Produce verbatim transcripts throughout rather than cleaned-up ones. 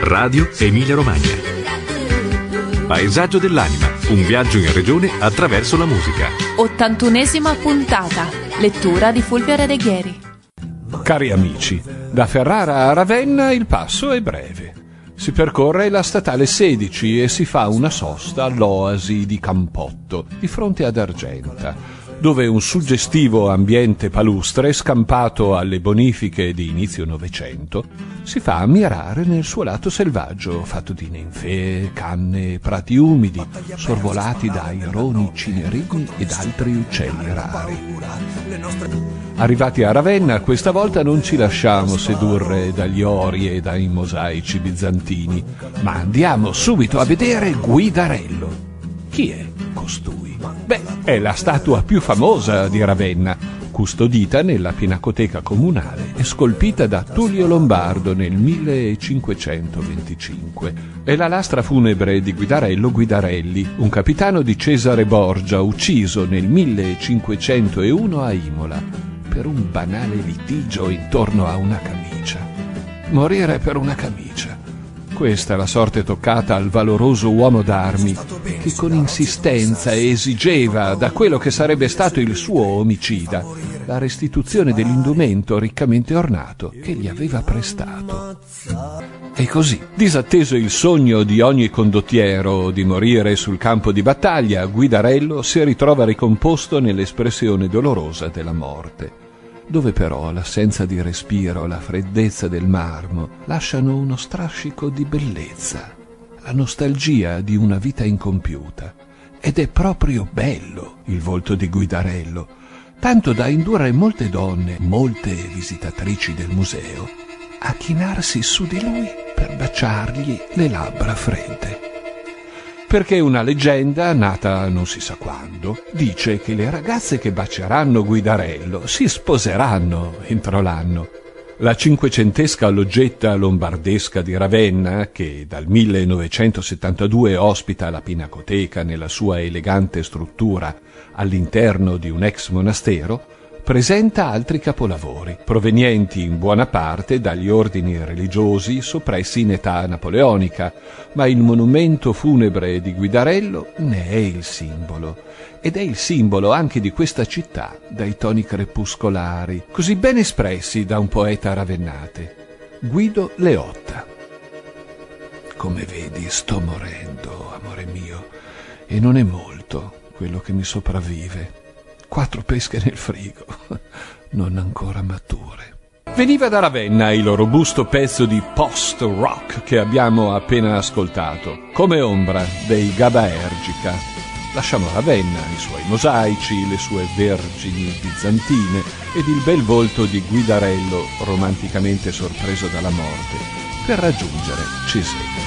Radio Emilia Romagna. Paesaggio dell'anima, un viaggio in regione attraverso la musica. ottantunesima puntata, lettura di Fulvio Radeghieri. Cari amici, da Ferrara a Ravenna il passo è breve. Si percorre la statale sedici e si fa una sosta all'oasi di Campotto, di fronte ad Argenta, dove un suggestivo ambiente palustre, scampato alle bonifiche di inizio Novecento, si fa ammirare nel suo lato selvaggio, fatto di ninfee, canne e prati umidi, sorvolati da aironi cinerini ed altri uccelli rari. Arrivati a Ravenna, questa volta non ci lasciamo sedurre dagli ori e dai mosaici bizantini, ma andiamo subito a vedere Guidarello. Chi è costui? Beh, è la statua più famosa di Ravenna, custodita nella Pinacoteca Comunale e scolpita da Tullio Lombardo nel millecinquecentoventicinque. È la lastra funebre di Guidarello Guidarelli, un capitano di Cesare Borgia ucciso nel millecinquecentouno a Imola per un banale litigio intorno a una camicia. Morire per una camicia. Questa è la sorte toccata al valoroso uomo d'armi che con insistenza esigeva da quello che sarebbe stato il suo omicida la restituzione dell'indumento riccamente ornato che gli aveva prestato. E così, disatteso il sogno di ogni condottiero di morire sul campo di battaglia, Guidarello si ritrova ricomposto nell'espressione dolorosa della morte, dove però l'assenza di respiro e la freddezza del marmo lasciano uno strascico di bellezza, la nostalgia di una vita incompiuta. Ed è proprio bello il volto di Guidarello, tanto da indurre molte donne, molte visitatrici del museo, a chinarsi su di lui per baciargli le labbra fredde. Perché una leggenda, nata non si sa quando, dice che le ragazze che bacieranno Guidarello si sposeranno entro l'anno. La cinquecentesca loggetta lombardesca di Ravenna, che dal millenovecentosettantadue ospita la Pinacoteca nella sua elegante struttura all'interno di un ex monastero, presenta altri capolavori, provenienti in buona parte dagli ordini religiosi soppressi in età napoleonica, ma il monumento funebre di Guidarello ne è il simbolo, ed è il simbolo anche di questa città dai toni crepuscolari, così ben espressi da un poeta ravennate, Guido Leotta. Come vedi, sto morendo, amore mio, e non è molto quello che mi sopravvive. Quattro pesche nel frigo, non ancora mature. Veniva da Ravenna il robusto pezzo di post-rock che abbiamo appena ascoltato, Come ombra dei Gabaergica. Lasciamo Ravenna, i suoi mosaici, le sue vergini bizantine ed il bel volto di Guidarello romanticamente sorpreso dalla morte, per raggiungere Cesena.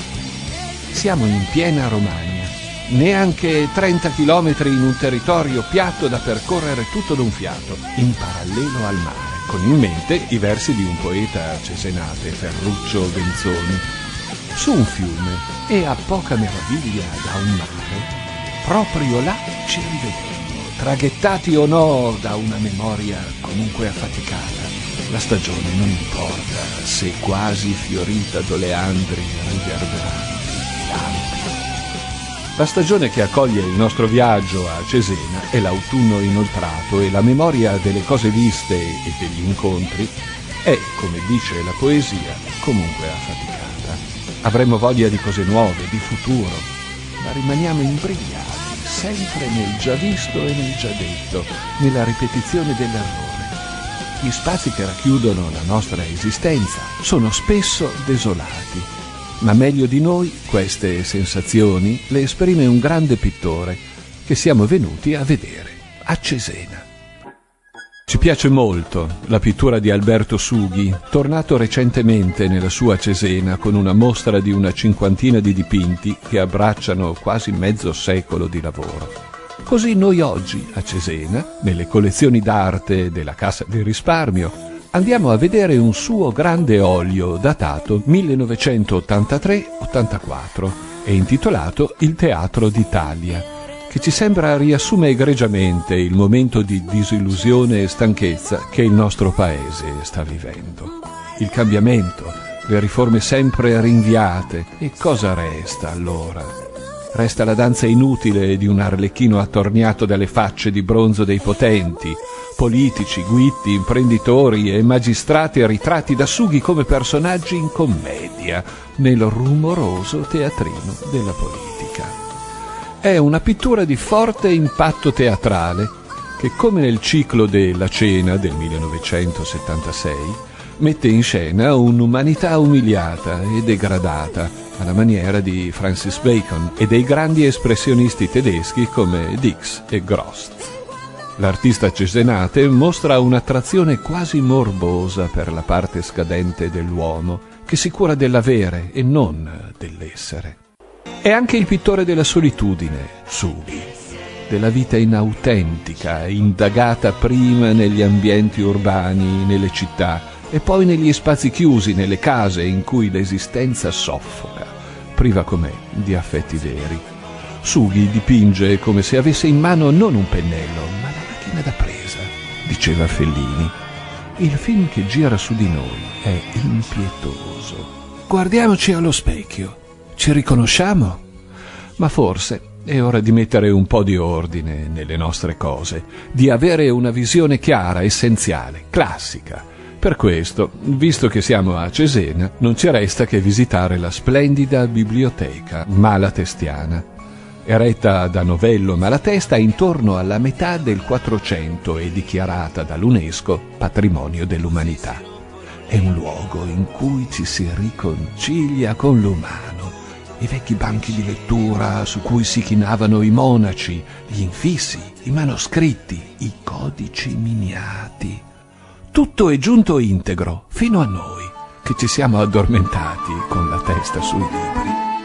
Siamo in piena Romagna. Neanche trenta chilometri in un territorio piatto da percorrere tutto d'un fiato, in parallelo al mare, con in mente i versi di un poeta cesenate, Ferruccio Benzoni. Su un fiume e a poca meraviglia da un mare, proprio là ci rivedremo, traghettati o no da una memoria comunque affaticata. La stagione non importa, se quasi fiorita d'oleandri riverberanti, lampi. La stagione che accoglie il nostro viaggio a Cesena è l'autunno inoltrato e la memoria delle cose viste e degli incontri è, come dice la poesia, comunque affaticata. Avremo voglia di cose nuove, di futuro, ma rimaniamo imbrigliati sempre nel già visto e nel già detto, nella ripetizione dell'errore. Gli spazi che racchiudono la nostra esistenza sono spesso desolati. Ma meglio di noi queste sensazioni le esprime un grande pittore che siamo venuti a vedere a Cesena. Ci piace molto la pittura di Alberto Sughi, tornato recentemente nella sua Cesena con una mostra di una cinquantina di dipinti che abbracciano quasi mezzo secolo di lavoro. Così noi oggi a Cesena, nelle collezioni d'arte della Cassa di Risparmio, andiamo a vedere un suo grande olio datato millenovecentottantatré ottantaquattro e intitolato Il Teatro d'Italia, che ci sembra riassume egregiamente il momento di disillusione e stanchezza che il nostro paese sta vivendo. Il cambiamento, le riforme sempre rinviate. E cosa resta allora? Resta la danza inutile di un Arlecchino attorniato dalle facce di bronzo dei potenti, politici, guitti, imprenditori e magistrati ritratti da Sughi come personaggi in commedia nel rumoroso teatrino della politica. È una pittura di forte impatto teatrale che, come nel ciclo de La Cena del millenovecentosettantasei, mette in scena un'umanità umiliata e degradata alla maniera di Francis Bacon e dei grandi espressionisti tedeschi come Dix e Gross. L'artista cesenate mostra un'attrazione quasi morbosa per la parte scadente dell'uomo, che si cura dell'avere e non dell'essere. È anche il pittore della solitudine, Sughi, della vita inautentica, indagata prima negli ambienti urbani, nelle città, e poi negli spazi chiusi, nelle case in cui l'esistenza soffoca, priva com'è di affetti veri. Sughi dipinge come se avesse in mano non un pennello, ma la macchina da presa, diceva Fellini. Il film che gira su di noi è impietoso. Guardiamoci allo specchio. Ci riconosciamo? Ma forse è ora di mettere un po' di ordine nelle nostre cose, di avere una visione chiara, essenziale, classica. Per questo, visto che siamo a Cesena, non ci resta che visitare la splendida biblioteca malatestiana, eretta da Novello Malatesta intorno alla metà del Quattrocento e dichiarata dall'UNESCO Patrimonio dell'Umanità. È un luogo in cui ci si riconcilia con l'umano. I vecchi banchi di lettura su cui si chinavano i monaci, gli infissi, i manoscritti, i codici miniati. Tutto è giunto integro, fino a noi, che ci siamo addormentati con la testa sui libri.